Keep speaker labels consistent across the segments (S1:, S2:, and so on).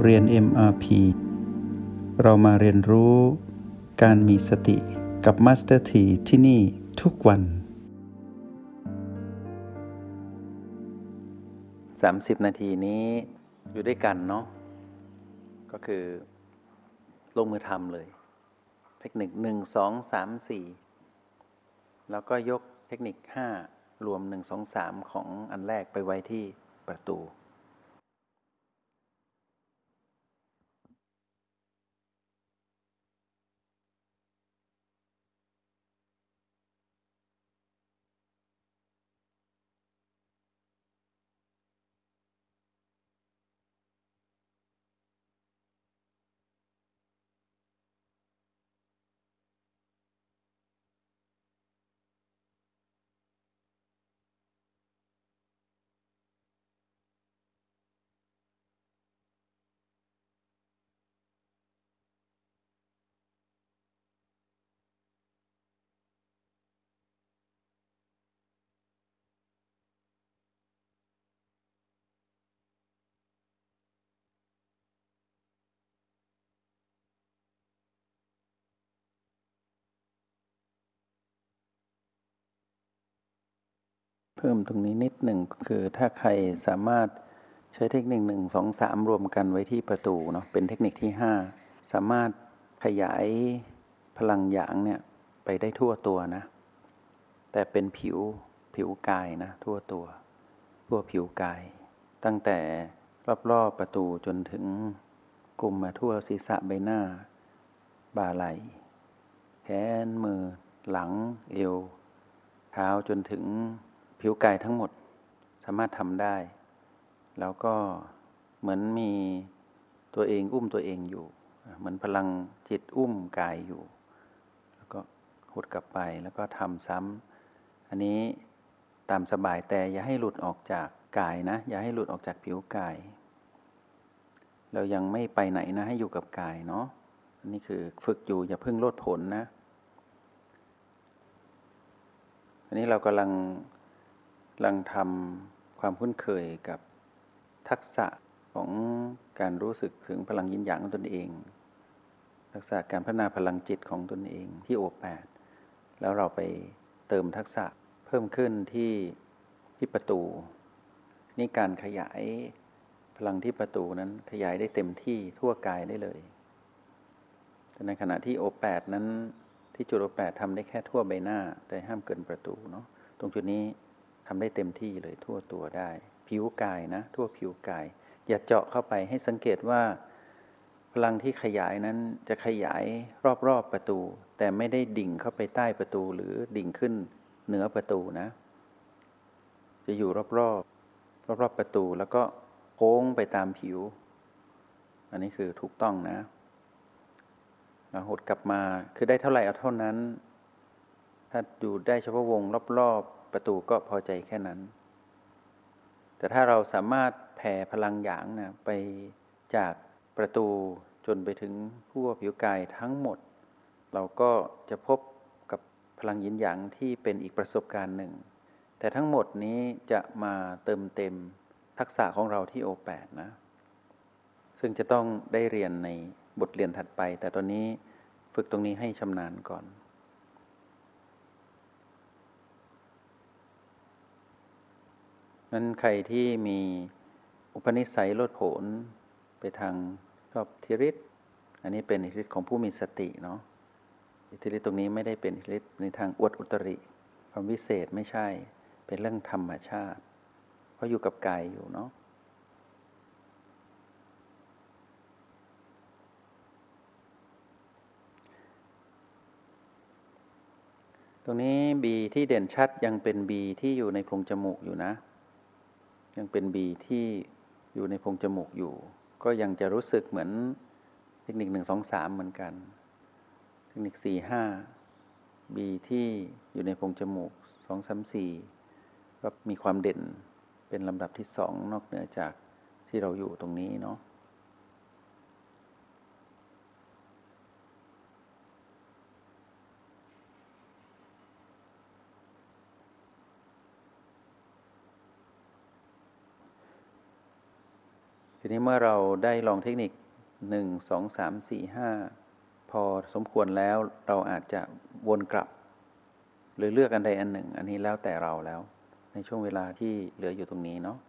S1: เรียน MRP เรามาเรียนรู้การมีสติกับ Master T ที่นี่ทุกวัน30 นาทีนี้อยู่ด้วยกันเนาะก็คือลงมือทำเลยเทคนิค1 2 3 4แล้วก็ยกเทคนิค5รวม1 2 3ของอันแรกไปไว้ที่ประตูเพิ่มตรงนี้นิดหนึ่งคือถ้าใครสามารถใช้เทคนิค1 2 3รวมกันไว้ที่ประตูเนาะเป็นเทคนิคที่5สามารถขยายพลังหยางเนี่ยไปได้ทั่วตัวนะแต่เป็นผิวกายนะทั่วตัวทั่วผิวกายตั้งแต่รอบๆประตูจนถึงกลุ่มมาทั่วศีรษะใบหน้าบ่าไหล่แขนมือหลังเอวเท้าจนถึงผิวกายทั้งหมดสามารถทำได้แล้วก็เหมือนมีตัวเองอุ้มตัวเองอยู่เหมือนพลังจิตอุ้มกายอยู่แล้วก็หดกลับไปแล้วก็ทำซ้ำอันนี้ตามสบายแต่อย่าให้หลุดออกจากกายนะอย่าให้หลุดออกจากผิวกายเรายังไม่ไปไหนนะให้อยู่กับกายเนาะอันนี้คือฝึกอยู่อย่าเพิ่งโลดผลนะอันนี้เรากำลังทำความคุ้นเคยกับทักษะของการรู้สึกถึงพลังยินหยางของตนเองทักษะการพัฒนาพลังจิตของตนเองที่O8แล้วเราไปเติมทักษะเพิ่มขึ้นที่ประตูนี่การขยายพลังที่ประตูนั้นขยายได้เต็มที่ทั่วกายได้เลยแต่ในขณะที่O8นั้นที่จุดO8ทำได้แค่ทั่วใบหน้าแต่ห้ามเกินประตูเนาะตรงจุดนี้ทำได้เต็มที่เลยทั่วตัวได้ผิวกายนะทั่วผิวกายอย่าเจาะเข้าไปให้สังเกตว่าพลังที่ขยายนั้นจะขยายรอบๆประตูแต่ไม่ได้ดิ่งเข้าไปใต้ประตูหรือดิ่งขึ้นเหนือประตูนะจะอยู่รอบประตูแล้วก็โค้งไปตามผิวอันนี้คือถูกต้องนะหดกลับมาคือได้เท่าไหร่เอาเท่านั้นถ้าอยู่ได้เฉพาะวงรอบๆประตูก็พอใจแค่นั้นแต่ถ้าเราสามารถแผ่พลังหยางนะไปจากประตูจนไปถึงทั่วผิวกายทั้งหมดเราก็จะพบกับพลังยินหยางที่เป็นอีกประสบการณ์หนึ่งแต่ทั้งหมดนี้จะมาเติมเต็มทักษะของเราที่O8นะซึ่งจะต้องได้เรียนในบทเรียนถัดไปแต่ตอนนี้ฝึกตรงนี้ให้ชำนาญก่อนนั้นใครที่มีอุปนิสัยโลดโผนไปทางชอบอิทธิฤทธิ์อันนี้เป็นอิทธิฤทธิ์ของผู้มีสติเนาะอิทธิฤทธิ์ตรงนี้ไม่ได้เป็นอิทธิฤทธิ์ในทางอวดอุตริความวิเศษไม่ใช่เป็นเรื่องธรรมชาติเพราะอยู่กับกายอยู่เนาะตรงนี้บีที่เด่นชัดยังเป็นบีที่อยู่ในโพรงจมูกอยู่นะยังเป็นบีที่อยู่ในโพรงจมูกอยู่ก็ยังจะรู้สึกเหมือนเทคนิค1 2 3เหมือนกันเทคนิค4 5บีที่อยู่ในโพรงจมูก2 3 4ก็มีความเด่นเป็นลำดับที่2นอกเหนือจากที่เราอยู่ตรงนี้เนาะทีนี้เมื่อเราได้ลองเทคนิค1 2 3 4 5พอสมควรแล้วเราอาจจะวนกลับหรือเลือกอันใดอันหนึ่งอันนี้แล้วแต่เราแล้วในช่วงเวลาที่เหลืออยู่ตรงนี้เนาะ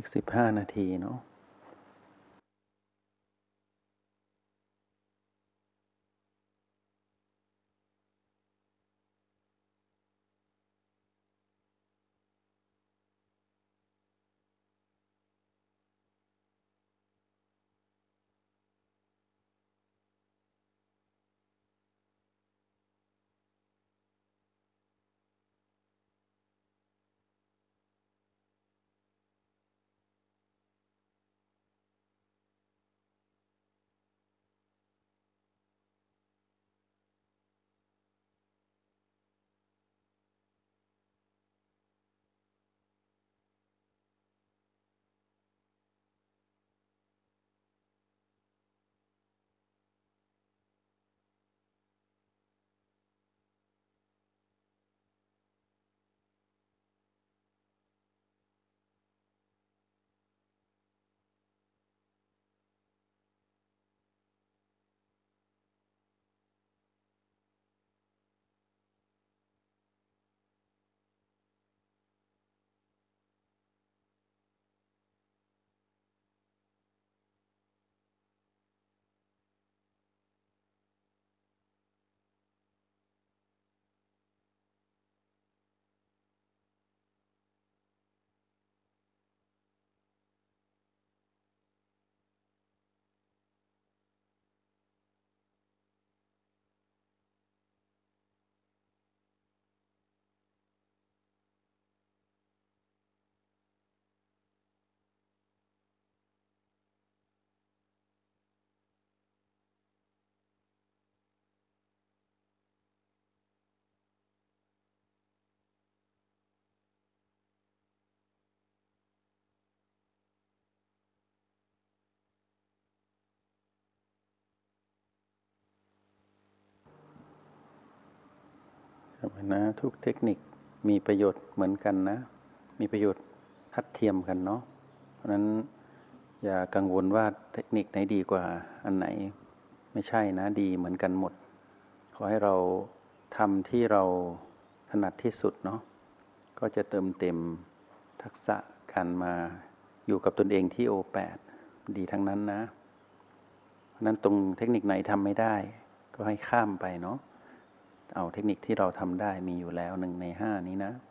S1: อีก15 นาทีเนาะนะทุกเทคนิคมีประโยชน์เหมือนกันนะมีประโยชน์ทัดเทียมกันเนาะเพราะนั้นอย่ากังวลว่าเทคนิคไหนดีกว่าอันไหนไม่ใช่นะดีเหมือนกันหมดขอให้เราทำที่เราถนัดที่สุดเนาะก็จะเติมเต็มทักษะการมาอยู่กับตนเองที่O8ดีทั้งนั้นนะเพราะนั้นตรงเทคนิคไหนทำไม่ได้ก็ให้ข้ามไปเนาะเอาเทคนิคที่เราทำได้มีอยู่แล้ว1 ใน 5นี้นะ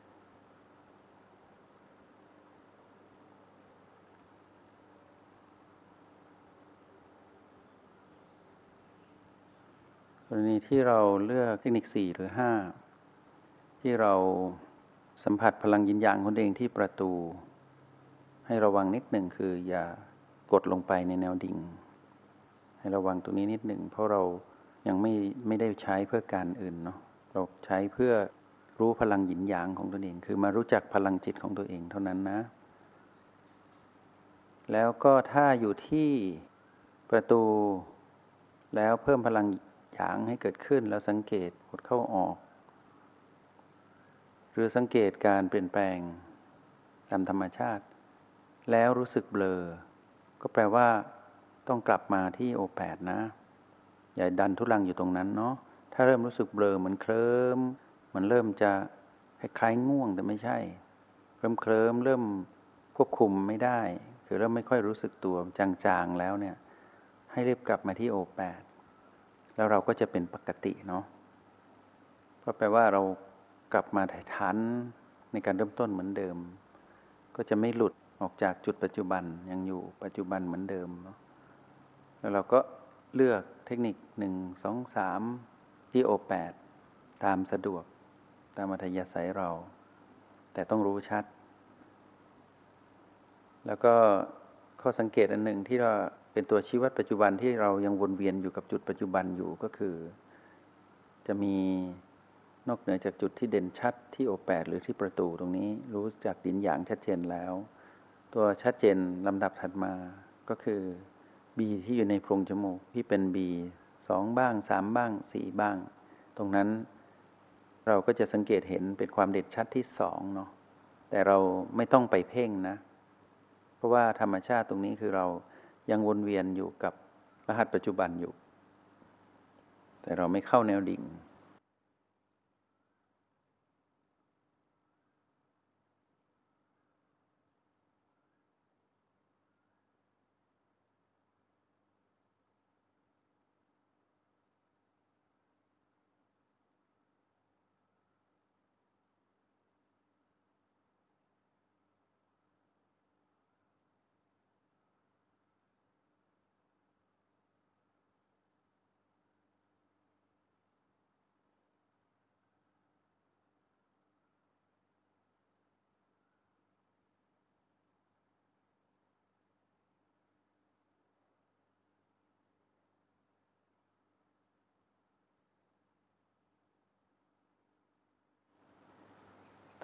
S1: กรณีที่เราเลือกเทคนิค4หรือ5ที่เราสัมผัสพลังยินหยางของตัวเองที่ประตูให้ระวังนิดหนึ่งคืออย่ากดลงไปในแนวดิ่งให้ระวังตรงนี้นิดหนึ่งเพราะเรายังไม่ได้ใช้เพื่อการอื่นเนาะเราใช้เพื่อรู้พลังหยินหยางของตัวเองคือมารู้จักพลังจิตของตัวเองเท่านั้นนะแล้วก็ถ้าอยู่ที่ประตูแล้วเพิ่มพลังหยางให้เกิดขึ้นแล้วสังเกตกดเข้าออกหรือสังเกตการเปลี่ยนแปลงตามธรรมชาติแล้วรู้สึกเบลอก็แปลว่าต้องกลับมาที่O8นะอย่าดันทุลังอยู่ตรงนั้นเนาะถ้าเริ่มรู้สึกเบลอเหมือนเคลิ้มเหมือนเริ่มจะคล้ายๆง่วงแต่ไม่ใช่เคลิ้มเริ่มควบคุมไม่ได้คือเริ่มไม่ค่อยรู้สึกตัวจางๆแล้วเนี่ยให้รีบกลับมาที่O8แล้วเราก็จะเป็นปกติเนาะก็แปลว่าเรากลับมาถ่ายฐานในการเริ่มต้นเหมือนเดิมก็จะไม่หลุดออกจากจุดปัจจุบันยังอยู่ปัจจุบันเหมือนเดิมเนาะแล้วเราก็เลือกเทคนิค1 2 3ที่O8ตามสะดวกตามอัธยาศัยเราแต่ต้องรู้ชัดแล้วก็ข้อสังเกตอันหนึ่งที่เราเป็นตัวชี้วัดปัจจุบันที่เรายังวนเวียนอยู่กับจุดปัจจุบันอยู่ก็คือจะมีนอกเหนือจากจุดที่เด่นชัดที่O8หรือที่ประตูตรงนี้รู้จักดินหยางชัดเจนแล้วตัวชัดเจนลำดับถัดมาก็คือ B ที่อยู่ในโพรงจมูกที่เป็น B 2 บ้าง3 บ้าง4 บ้างตรงนั้นเราก็จะสังเกตเห็นเป็นความเด่นชัดที่2เนาะแต่เราไม่ต้องไปเพ่งนะเพราะว่าธรรมชาติตรงนี้คือเรายังวนเวียนอยู่กับรหัสปัจจุบันอยู่แต่เราไม่เข้าแนวดิ่ง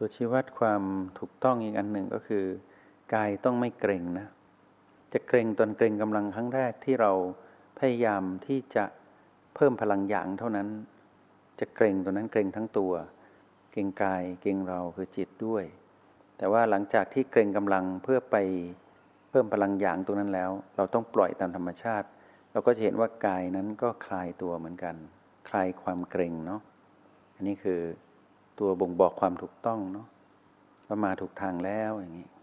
S1: ตัวชี้วัดความถูกต้องอีกอันหนึ่งก็คือกายต้องไม่เกร็งนะจะเกร็งตอนเกร็งกำลังครั้งแรกที่เราพยายามที่จะเพิ่มพลังหยางเท่านั้นจะเกร็งตัวนั้นเกร็งทั้งตัวเกร็งกายเกร็งเราคือจิตด้วยแต่ว่าหลังจากที่เกร็งกำลังเพื่อไปเพิ่มพลังหยางตรงนั้นแล้วเราต้องปล่อยตามธรรมชาติเราก็จะเห็นว่ากายนั้นก็คลายตัวเหมือนกันคลายความเกร็งเนาะอันนี้คือตัวบ่งบอกความถูกต้องเนาะว่ามาถูกทางแล้วอย่างนี้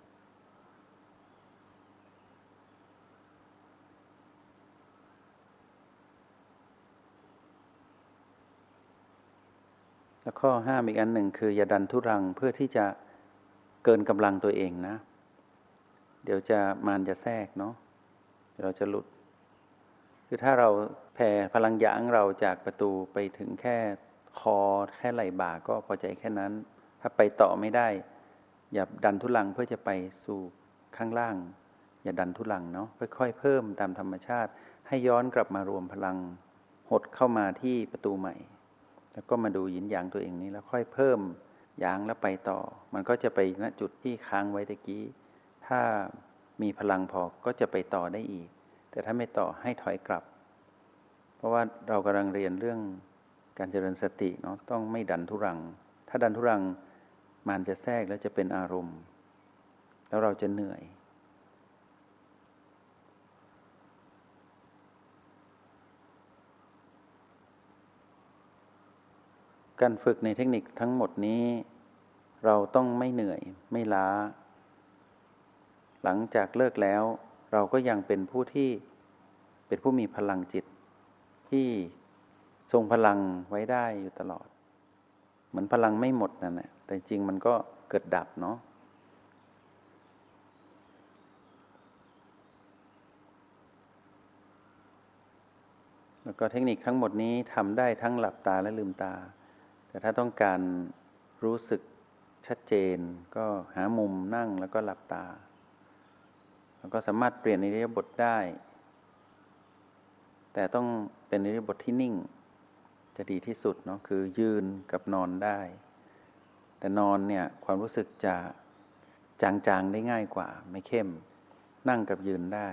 S1: แล้วข้อห้ามอีกอันหนึ่งคืออย่าดันทุรังเพื่อที่จะเกินกำลังตัวเองนะเดี๋ยวมารจะแทรกเนาะเดี๋ยวเราจะหลุดคือถ้าเราแผ่พลังหยางเราจากประตูไปถึงแค่คอแค่ไหล่บ่าก็พอใจแค่นั้นถ้าไปต่อไม่ได้อย่าดันทุรังเพื่อจะไปสู่ข้างล่างอย่าดันทุรังเนาะค่อยๆเพิ่มตามธรรมชาติให้ย้อนกลับมารวมพลังหดเข้ามาที่ประตูใหม่แล้วก็มาดูหยินหยางตัวเองนี้แล้วค่อยเพิ่มหยางแล้วไปต่อมันก็จะไปณจุดที่ค้างไว้ตะกี้ถ้ามีพลังพอก็จะไปต่อได้อีกแต่ถ้าไม่ต่อให้ถอยกลับเพราะว่าเรากำลังเรียนเรื่องการเจริญสติเนาะต้องไม่ดันทุรังถ้าดันทุรังมันจะแทรกแล้วจะเป็นอารมณ์แล้วเราจะเหนื่อยการฝึกในเทคนิคทั้งหมดนี้เราต้องไม่เหนื่อยไม่ล้าหลังจากเลิกแล้วเราก็ยังเป็นผู้ที่เป็นผู้มีพลังจิตที่ทรงพลังไว้ได้อยู่ตลอดเหมือนพลังไม่หมดนั่นแหละแต่จริงมันก็เกิดดับเนาะแล้วก็เทคนิคทั้งหมดนี้ทำได้ทั้งหลับตาและลืมตาแต่ถ้าต้องการรู้สึกชัดเจนก็หามุมนั่งแล้วก็หลับตาแล้วก็สามารถเปลี่ยนอิริยาบถได้แต่ต้องเป็นอิริยาบถที่นิ่งจะดีที่สุดเนาะคือยืนกับนอนได้แต่นอนเนี่ยความรู้สึกจะจางๆได้ง่ายกว่าไม่เข้มนั่งกับยืนได้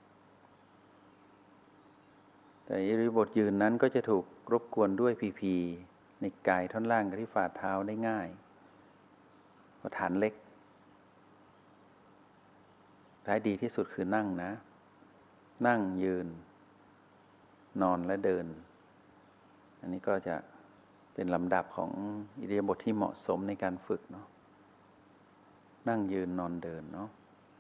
S1: แต่อิริยาบถยืนนั้นก็จะถูกรบกวนด้วยพีในกายท่อนล่างกับที่ฝ่าเท้าได้ง่ายเพราะฐานเล็กท้ายดีที่สุดคือนั่งนะนั่งยืนนอนและเดินอันนี้ก็จะเป็นลำดับของอิริยาบถที่เหมาะสมในการฝึกเนาะนั่งยืนนอนเดินเนาะ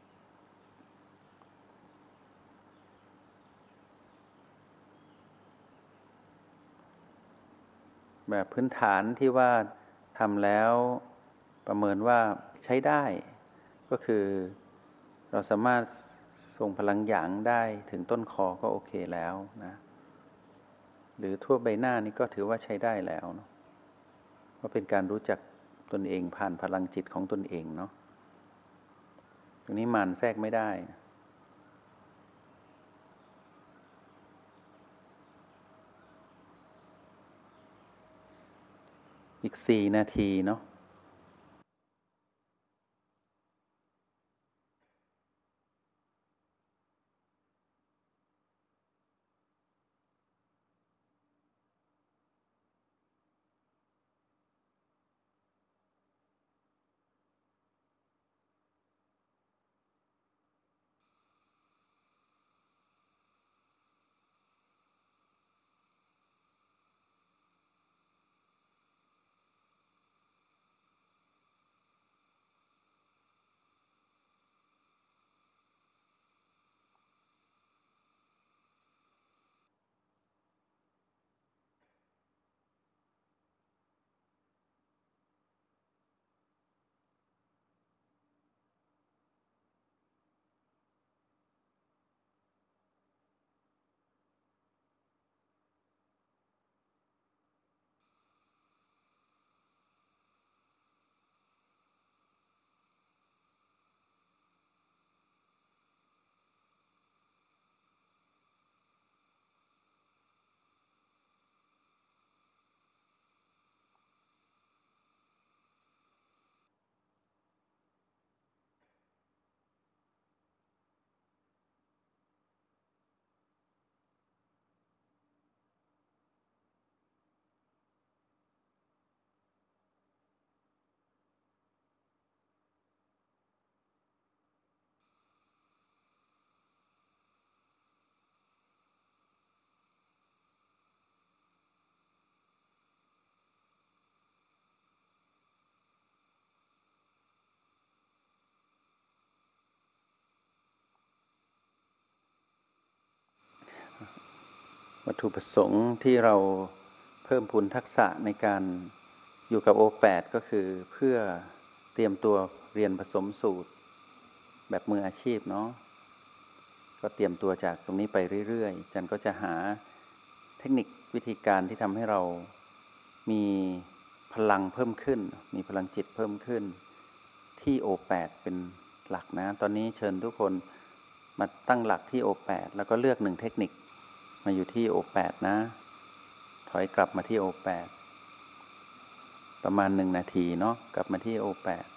S1: แบบพื้นฐานที่ว่าทำแล้วประเมินว่าใช้ได้ก็คือเราสามารถส่งพลังหยางได้ถึงต้นคอก็โอเคแล้วนะหรือทั่วใบหน้านี่ก็ถือว่าใช้ได้แล้วเนาะก็เป็นการรู้จักตนเองผ่านพลังจิตของตนเองเนาะตรงนี้มารแทรกไม่ได้อีก4 นาทีเนาะวัตถุประสงค์ที่เราเพิ่มพูนทักษะในการอยู่กับ O8 ก็คือเพื่อเตรียมตัวเรียนผสมสูตรแบบมืออาชีพเนาะก็เตรียมตัวจากตรงนี้ไปเรื่อยๆจันก็จะหาเทคนิควิธีการที่ทำให้เรามีพลังเพิ่มขึ้นมีพลังจิตเพิ่มขึ้นที่ O8 เป็นหลักนะตอนนี้เชิญทุกคนมาตั้งหลักที่ O8 แล้วก็เลือก1เทคนิคมาอยู่ที่ O8 นะถอยกลับมาที่ O8 ประมาณ1นาทีเนาะกลับมาที่ O8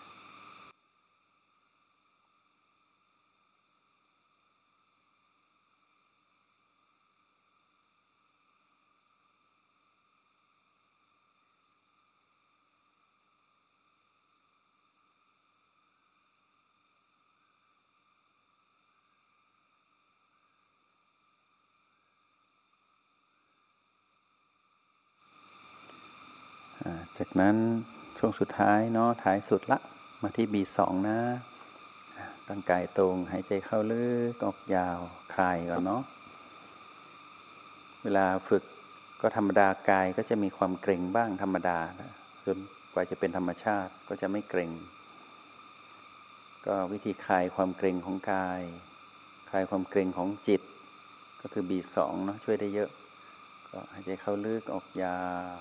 S1: จากนั้นช่วงสุดท้ายเนาะท้ายสุดละมาที่ B2 นะตั้งกายตรงหายใจเข้าลึกออกยาวคลายก่อนเนาะเวลาฝึกก็ธรรมดากายก็จะมีความเกร็งบ้างธรรมดาจนกว่าจะเป็นธรรมชาติก็จะไม่เกร็งก็วิธีคลายความเกร็งของกายคลายความเกร็งของจิตก็คือ B2 เนาะช่วยได้เยอะก็หายใจเข้าลึกออกยาว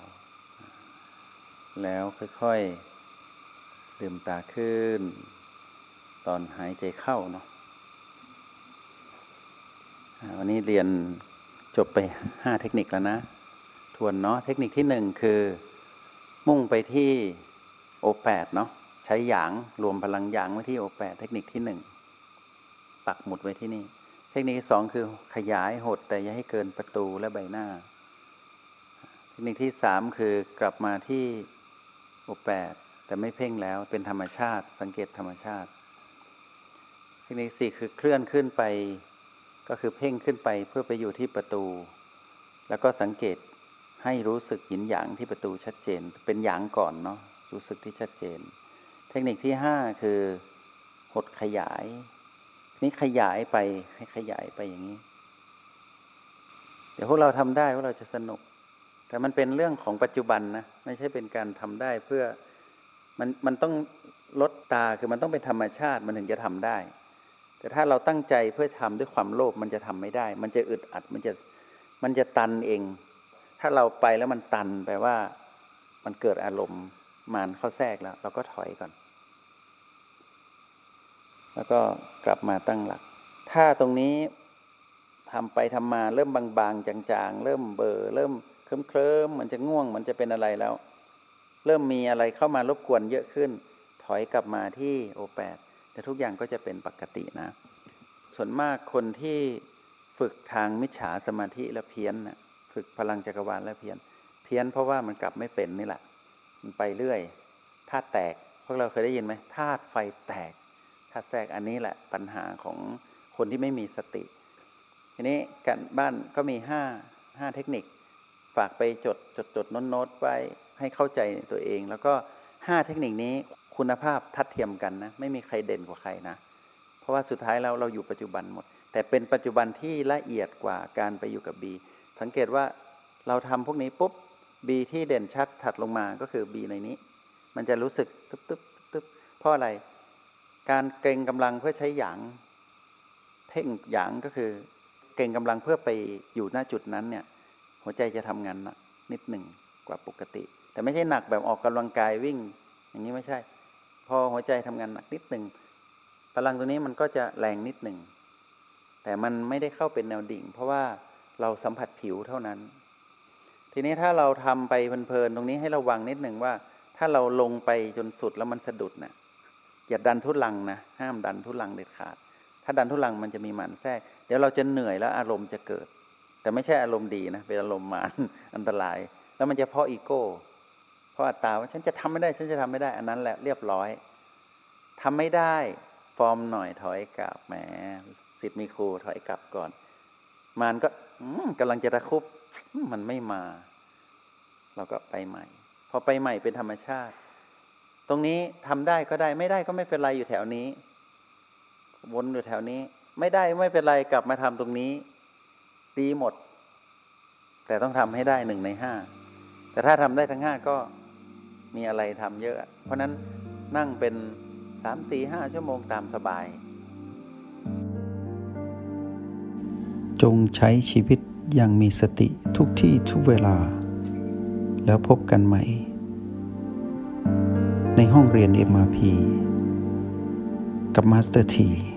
S1: แล้วค่อยๆลืมตาขึ้นตอนหายใจเข้าเนาะวันนี้เรียนจบไป5เทคนิคแล้วนะทวนเนาะเทคนิคที่1คือมุ่งไปที่ O8 เนาะใช้หยางรวมพลังหยางไว้ที่ O8 เทคนิคที่1ปักหมุดไว้ที่นี่เทคนิคที่2คือขยายหดแต่อย่าให้เกินประตูและใบหน้าเทคนิคที่3คือกลับมาที่ O8 แต่ไม่เพ่งแล้วเป็นธรรมชาติสังเกตธรรมชาติเทคนิค4คือเคลื่อนขึ้นไปก็คือเพ่งขึ้นไปเพื่อไปอยู่ที่ประตูแล้วก็สังเกตให้รู้สึกหยินหยางที่ประตูชัดเจนเป็นหยางก่อนเนาะรู้สึกที่ชัดเจนเทคนิคที่5คือหดขยายนี่ขยายไปให้ขยายไปอย่างนี้เดี๋ยวพวกเราทำได้พวกเราจะสนุกแต่มันเป็นเรื่องของปัจจุบันนะไม่ใช่เป็นการทำได้เพื่อมันต้องลดตาคือมันต้องเป็นธรรมชาติมันถึงจะทำได้แต่ถ้าเราตั้งใจเพื่อทำด้วยความโลภมันจะทำไม่ได้มันจะอึดอัดมันจะตันเองถ้าเราไปแล้วมันตันแปลว่ามันเกิดอารมณ์มารเข้าแทรกแล้วเราก็ถอยก่อนแล้วก็กลับมาตั้งหลักถ้าตรงนี้ทำไปทำมาเริ่มบางๆจางๆเริ่มเบลอเริ่มเคลิ้มๆมันจะง่วงมันจะเป็นอะไรแล้วเริ่มมีอะไรเข้ามารบกวนเยอะขึ้นถอยกลับมาที่ O8 แต่ทุกอย่างก็จะเป็นปกตินะส่วนมากคนที่ฝึกทางมิจฉาสมาธิและเพี้ยนนะฝึกพลังจักรวาลและเพี้ยนเพราะว่ามันกลับไม่เป็นนี่แหละมันไปเรื่อยธาตุแตกพวกเราเคยได้ยินไหมธาตุไฟแตกธาตุแทรกอันนี้แหละปัญหาของคนที่ไม่มีสติทีนี้การบ้านก็มี5เทคนิคฝากไปจดโน้ตไว้ให้เข้าใจในตัวเองแล้วก็5เทคนิคนี้คุณภาพทัดเทียมกันนะไม่มีใครเด่นกว่าใครนะเพราะว่าสุดท้ายเราอยู่ปัจจุบันหมดแต่เป็นปัจจุบันที่ละเอียดกว่าการไปอยู่กับ B สังเกตว่าเราทำพวกนี้ปุ๊บ B ที่เด่นชัดถัดลงมาก็คือ B ในนี้มันจะรู้สึกตึ๊บเพราะอะไรการเกร็งกำลังเพื่อใช้หยางเพ่งหยางก็คือเกร็งกำลังเพื่อไปอยู่หน้าจุดนั้นเนี่ยหัวใจจะทำงานนิดหนึ่งกว่าปกติแต่ไม่ใช่หนักแบบออกกำลังกายวิ่งอย่างนี้ไม่ใช่พอหัวใจทำงานหนักนิดหนึ่งพลังตัวนี้มันก็จะแรงนิดหนึ่งแต่มันไม่ได้เข้าเป็นแนวดิ่งเพราะว่าเราสัมผัสผิวเท่านั้นทีนี้ถ้าเราทำไปเพลินๆตรงนี้ให้ระวังนิดหนึ่งว่าถ้าเราลงไปจนสุดแล้วมันสะดุดนะอย่าดันทุลังนะห้ามดันทุลังเด็ดขาดถ้าดันทุลังมันจะมีหมันแทรกเดี๋ยวเราจะเหนื่อยแล้วอารมณ์จะเกิดแต่ไม่ใช่อารมณ์ดีนะเป็นอารมณ์มารอันตรายแล้วมันจะเพราะอีโก้เพราะอัตตาว่าฉันจะทำไม่ได้ฉันจะทำไม่ได้อันนั้นแหละเรียบร้อยทำไม่ได้ฟอร์มหน่อยถอยกลับแหมศิษย์มีครูถอยกลับก่อนมารก็กำลังจะตะคุบมันไม่มาเราก็ไปใหม่พอไปใหม่เป็นธรรมชาติตรงนี้ทำได้ก็ได้ไม่ได้ก็ไม่เป็นไรอยู่แถวนี้วนอยู่แถวนี้ไม่ได้ไม่เป็นไรกลับมาทำตรงนี้ดีหมดแต่ต้องทำให้ได้1 ใน 5แต่ถ้าทำได้ทั้ง5ก็มีอะไรทำเยอะเพราะนั้นนั่งเป็น3 4 5 ชั่วโมงตามสบาย
S2: จงใช้ชีวิตอย่างมีสติทุกที่ทุกเวลาแล้วพบกันใหม่ในห้องเรียน MRP กับมาสเตอร์ที